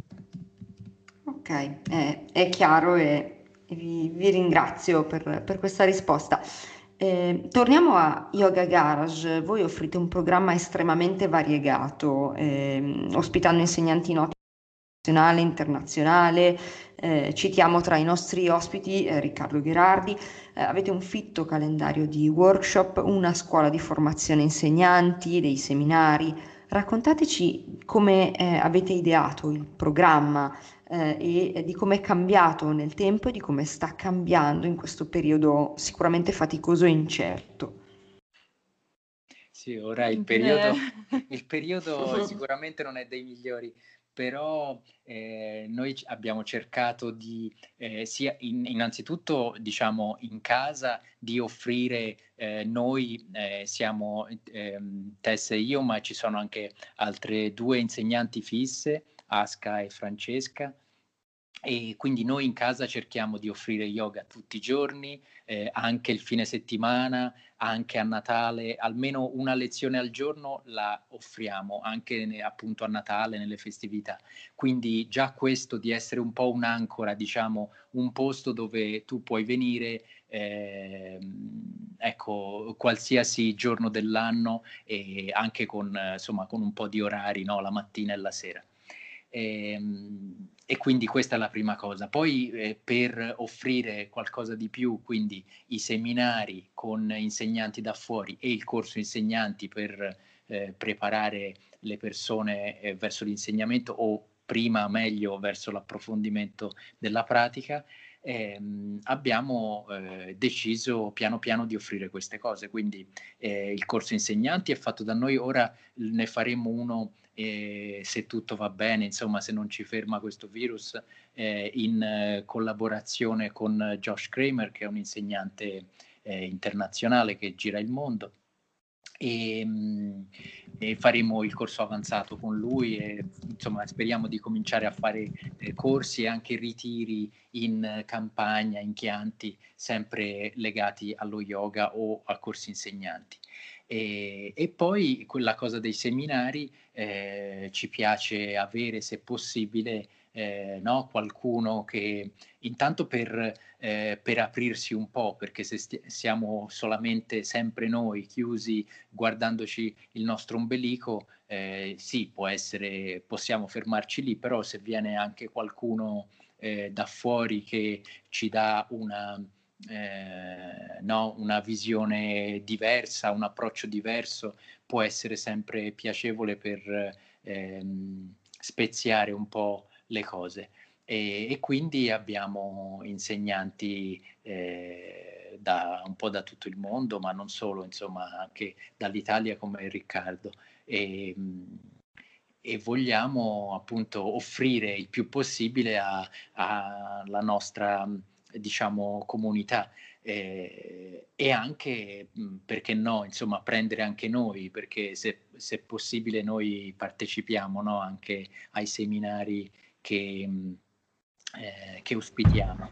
Ok, è chiaro e vi ringrazio per questa risposta. Torniamo a Yoga Garage. Voi offrite un programma estremamente variegato, ospitando insegnanti noti nazionale, internazionale. Citiamo tra i nostri ospiti Riccardo Gherardi. Avete un fitto calendario di workshop, una scuola di formazione insegnanti, dei seminari. Raccontateci come avete ideato il programma e di come è cambiato nel tempo e di come sta cambiando in questo periodo sicuramente faticoso e incerto. Sì, ora il periodo sicuramente non è dei migliori, però noi abbiamo cercato di, sia innanzitutto, diciamo, in casa, di offrire, noi siamo Tess e io, ma ci sono anche altre 2 insegnanti fisse, Aska e Francesca, e quindi noi in casa cerchiamo di offrire yoga tutti i giorni, anche il fine settimana, anche a Natale, almeno una lezione al giorno la offriamo, anche appunto a Natale, nelle festività. Quindi già questo di essere un po' un'ancora, diciamo, un posto dove tu puoi venire, ecco, qualsiasi giorno dell'anno e anche con, insomma, con un po' di orari, no? La mattina e la sera. E quindi questa è la prima cosa. Poi per offrire qualcosa di più, quindi i seminari con insegnanti da fuori e il corso insegnanti per preparare le persone verso l'insegnamento o prima meglio verso l'approfondimento della pratica, abbiamo deciso piano piano di offrire queste cose. Quindi il corso insegnanti è fatto da noi, ora ne faremo uno se tutto va bene, insomma, se non ci ferma questo virus, in collaborazione con Josh Kramer, che è un insegnante internazionale che gira il mondo. E faremo il corso avanzato con lui e insomma speriamo di cominciare a fare corsi e anche ritiri in campagna, in Chianti, sempre legati allo yoga o a corsi insegnanti. E poi quella cosa dei seminari, ci piace avere, se possibile, no? Qualcuno che intanto per aprirsi un po', perché se siamo solamente sempre noi chiusi guardandoci il nostro ombelico, sì, possiamo fermarci lì, però se viene anche qualcuno da fuori che ci dà no, una visione diversa, un approccio diverso, può essere sempre piacevole per speziare un po' le cose. E quindi abbiamo insegnanti un po' da tutto il mondo, ma non solo, insomma, anche dall'Italia come Riccardo. E vogliamo appunto offrire il più possibile alla nostra, diciamo, comunità. E anche, perché no, insomma, prendere anche noi, perché se possibile noi partecipiamo, no, anche ai seminari che che ospitiamo.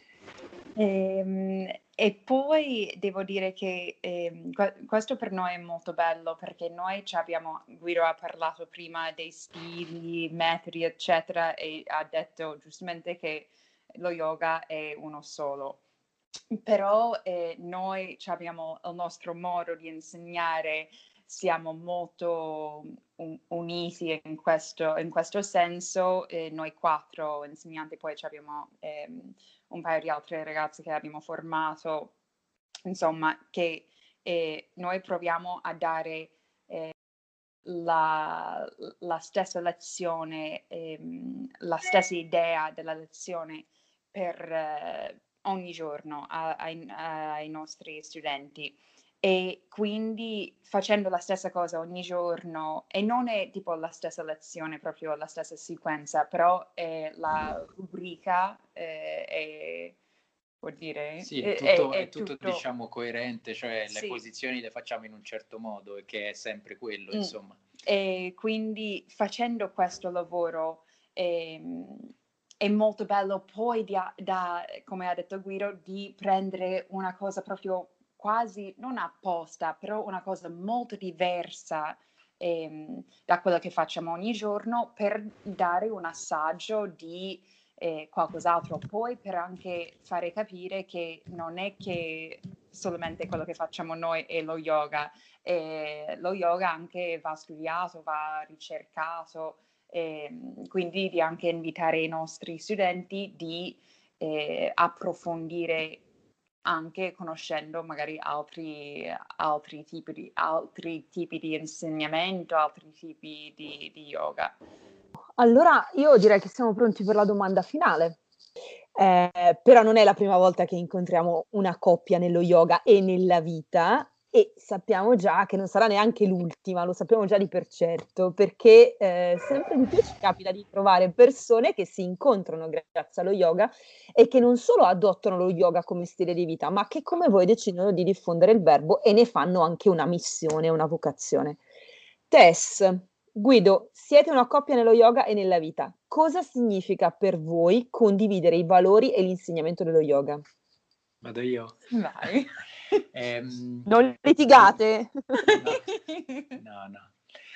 E poi devo dire che questo per noi è molto bello, perché noi Guido ha parlato prima dei stili, metodi, eccetera, e ha detto giustamente che lo yoga è uno solo. Però noi abbiamo il nostro modo di insegnare, siamo molto uniti in questo senso, noi 4 insegnanti, poi abbiamo un paio di altre ragazze che abbiamo formato, insomma, che noi proviamo a dare la stessa lezione, la stessa idea della lezione per ogni giorno ai nostri studenti. E quindi facendo la stessa cosa ogni giorno, e non è tipo la stessa lezione, proprio la stessa sequenza, però la rubrica vuol dire Sì, è tutto tutto, diciamo coerente, cioè le sì. posizioni le facciamo in un certo modo e che è sempre quello, insomma. E quindi facendo questo lavoro è molto bello poi come ha detto Guido, di prendere una cosa proprio quasi non apposta, però una cosa molto diversa da quello che facciamo ogni giorno, per dare un assaggio di qualcos'altro, poi per anche fare capire che non è che solamente quello che facciamo noi è lo yoga. Lo yoga anche va studiato, va ricercato, quindi di anche invitare i nostri studenti di approfondire, anche conoscendo magari altri tipi di insegnamento, altri tipi di yoga. Allora io direi che siamo pronti per la domanda finale. Però non è la prima volta che incontriamo una coppia nello yoga e nella vita, e sappiamo già che non sarà neanche l'ultima, lo sappiamo già di per certo, perché sempre di più ci capita di trovare persone che si incontrano grazie allo yoga e che non solo adottano lo yoga come stile di vita, ma che come voi decidono di diffondere il verbo e ne fanno anche una missione, una vocazione. Tess, Guido, siete una coppia nello yoga e nella vita. Cosa significa per voi condividere i valori e l'insegnamento dello yoga? Vado io? Vai. Non litigate? No.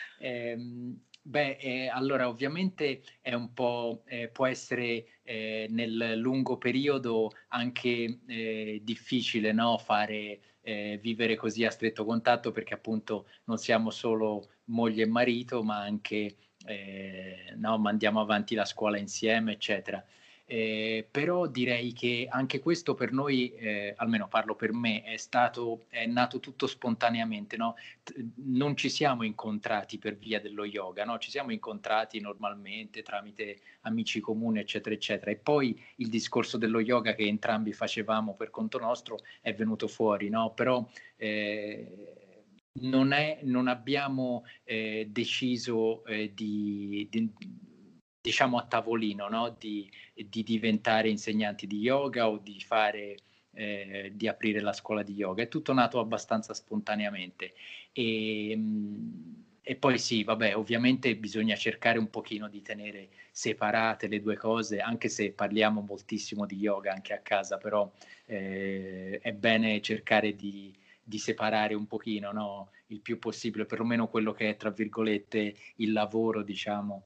Allora ovviamente è un po', può essere nel lungo periodo anche difficile, no? Vivere così a stretto contatto, perché appunto non siamo solo moglie e marito, ma anche no, mandiamo avanti la scuola insieme, eccetera. Però direi che anche questo per noi, almeno parlo per me, è nato tutto spontaneamente, no? Non ci siamo incontrati per via dello yoga, no? Ci siamo incontrati normalmente tramite amici comuni, eccetera, eccetera. E poi il discorso dello yoga che entrambi facevamo per conto nostro è venuto fuori, no? Però non abbiamo deciso diciamo a tavolino, no? Di diventare insegnanti di yoga o di aprire la scuola di yoga. È tutto nato abbastanza spontaneamente. E poi sì, vabbè, ovviamente bisogna cercare un pochino di tenere separate le due cose, anche se parliamo moltissimo di yoga anche a casa, però è bene cercare di separare un pochino, no? Il più possibile, perlomeno quello che è, tra virgolette, il lavoro, diciamo,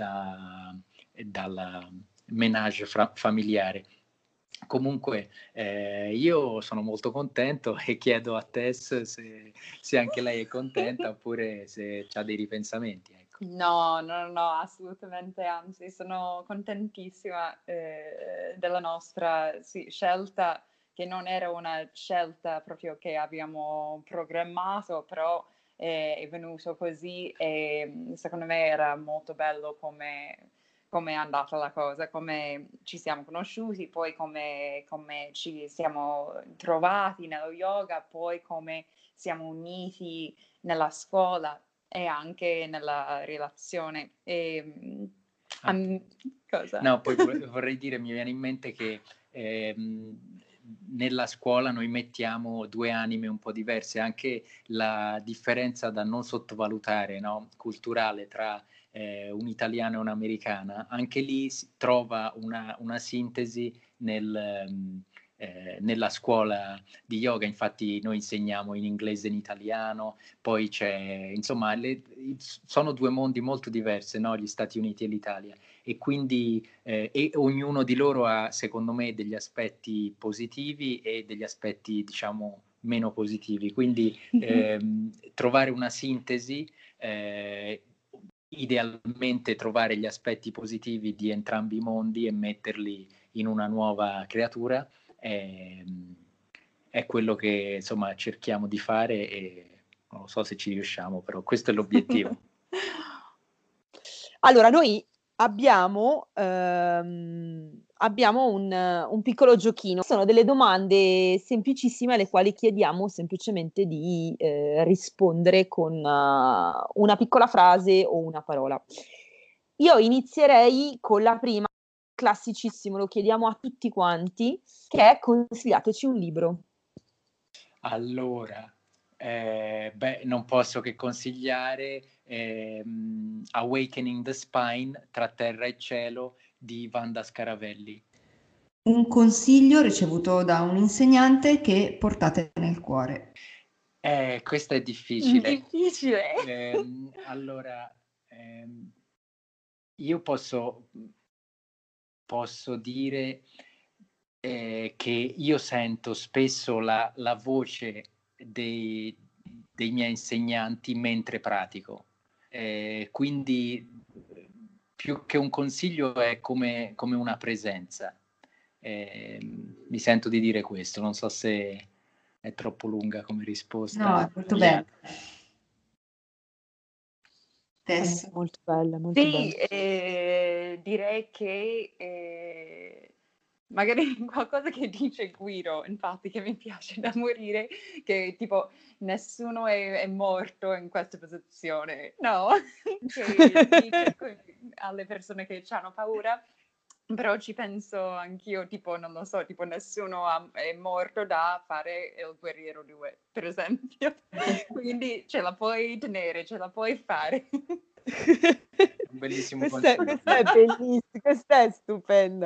dal menage familiare. Comunque io sono molto contento e chiedo a Tess se anche lei è contenta oppure se ha dei ripensamenti. Ecco. No, assolutamente, anzi, sono contentissima della nostra scelta, che non era una scelta proprio che abbiamo programmato, però è venuto così, e secondo me era molto bello come è andata la cosa, come ci siamo conosciuti, poi come ci siamo trovati nello yoga, poi come siamo uniti nella scuola e anche nella relazione. Cosa? No, poi vorrei dire, mi viene in mente che nella scuola noi mettiamo due anime un po' diverse, anche la differenza da non sottovalutare, no? Culturale tra un'italiana e un'americana, anche lì si trova una sintesi nella scuola di yoga. Infatti noi insegniamo in inglese e in italiano, poi c'è, insomma, sono due mondi molto diversi, no? Gli Stati Uniti e l'Italia, e quindi e ognuno di loro ha, secondo me, degli aspetti positivi e degli aspetti, diciamo, meno positivi, quindi trovare una sintesi, idealmente trovare gli aspetti positivi di entrambi i mondi e metterli in una nuova creatura, è quello che, insomma, cerchiamo di fare, e non so se ci riusciamo, però questo è l'obiettivo. Allora, noi abbiamo un piccolo giochino. Sono delle domande semplicissime alle quali chiediamo semplicemente di rispondere con una piccola frase o una parola. Io inizierei con la prima, classicissimo, lo chiediamo a tutti quanti, che è: consigliateci un libro. Allora, non posso che consigliare Awakening the Spine, Tra terra e cielo, di Wanda Scaravelli. Un consiglio ricevuto da un insegnante che portate nel cuore. Questo è difficile. Difficile. Allora, io posso dire che io sento spesso la voce dei miei insegnanti mentre pratico, quindi più che un consiglio è come una presenza. Mi sento di dire questo, non so se è troppo lunga come risposta. No, è molto bella. Molto bella, molto bella. Direi che magari qualcosa che dice Guido, infatti, che mi piace da morire, che tipo nessuno è morto in questa posizione, no? Che dice alle persone che hanno paura, però ci penso anch'io, tipo, non lo so, tipo nessuno è morto da fare il guerriero 2, per esempio. Quindi ce la puoi tenere, ce la puoi fare. Un bellissimo consiglio. Questa è bellissima, questa è stupenda,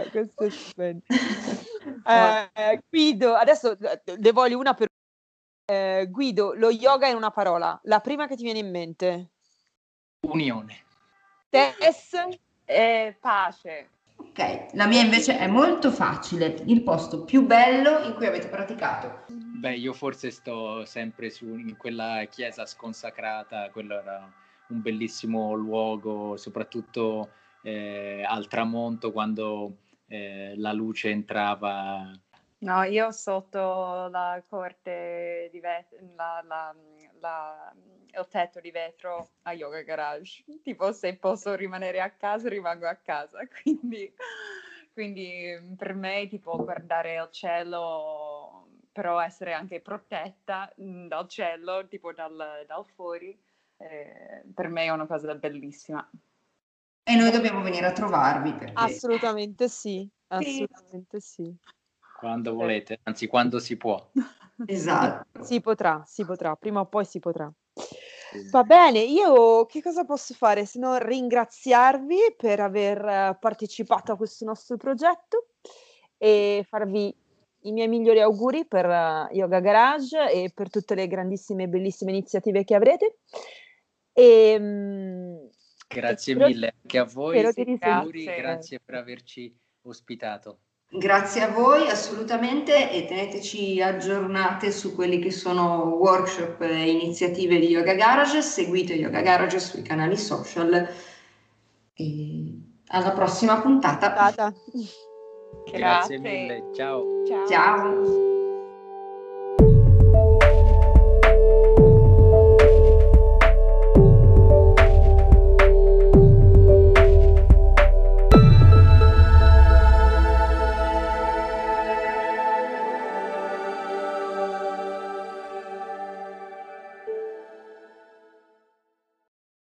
Guido, adesso ne voglio una per Guido, lo yoga in una parola, la prima che ti viene in mente? Unione. Tess? Pace. Ok, la mia invece è molto facile. Il posto più bello in cui avete praticato? Beh, io forse sto sempre in quella chiesa sconsacrata, quello era un bellissimo luogo, soprattutto al tramonto, quando la luce entrava. No, io sotto la corte di vetro, il tetto di vetro a Yoga Garage. Tipo, se posso rimanere a casa, rimango a casa. Quindi per me, tipo, guardare il cielo, però essere anche protetta dal cielo, tipo dal fuori, per me è una cosa bellissima. E noi dobbiamo venire a trovarvi. Perché... Assolutamente sì, assolutamente sì. Quando volete, anzi quando si può. Esatto. Si potrà, prima o poi si potrà. Va bene, io che cosa posso fare se non ringraziarvi per aver partecipato a questo nostro progetto e farvi i miei migliori auguri per Yoga Garage e per tutte le grandissime e bellissime iniziative che avrete. Grazie mille anche a voi, Grazie per averci ospitato. Grazie a voi, assolutamente, e teneteci aggiornate su quelli che sono workshop e iniziative di Yoga Garage. Seguite Yoga Garage sui canali social e alla prossima puntata. Grazie mille, ciao. Ciao.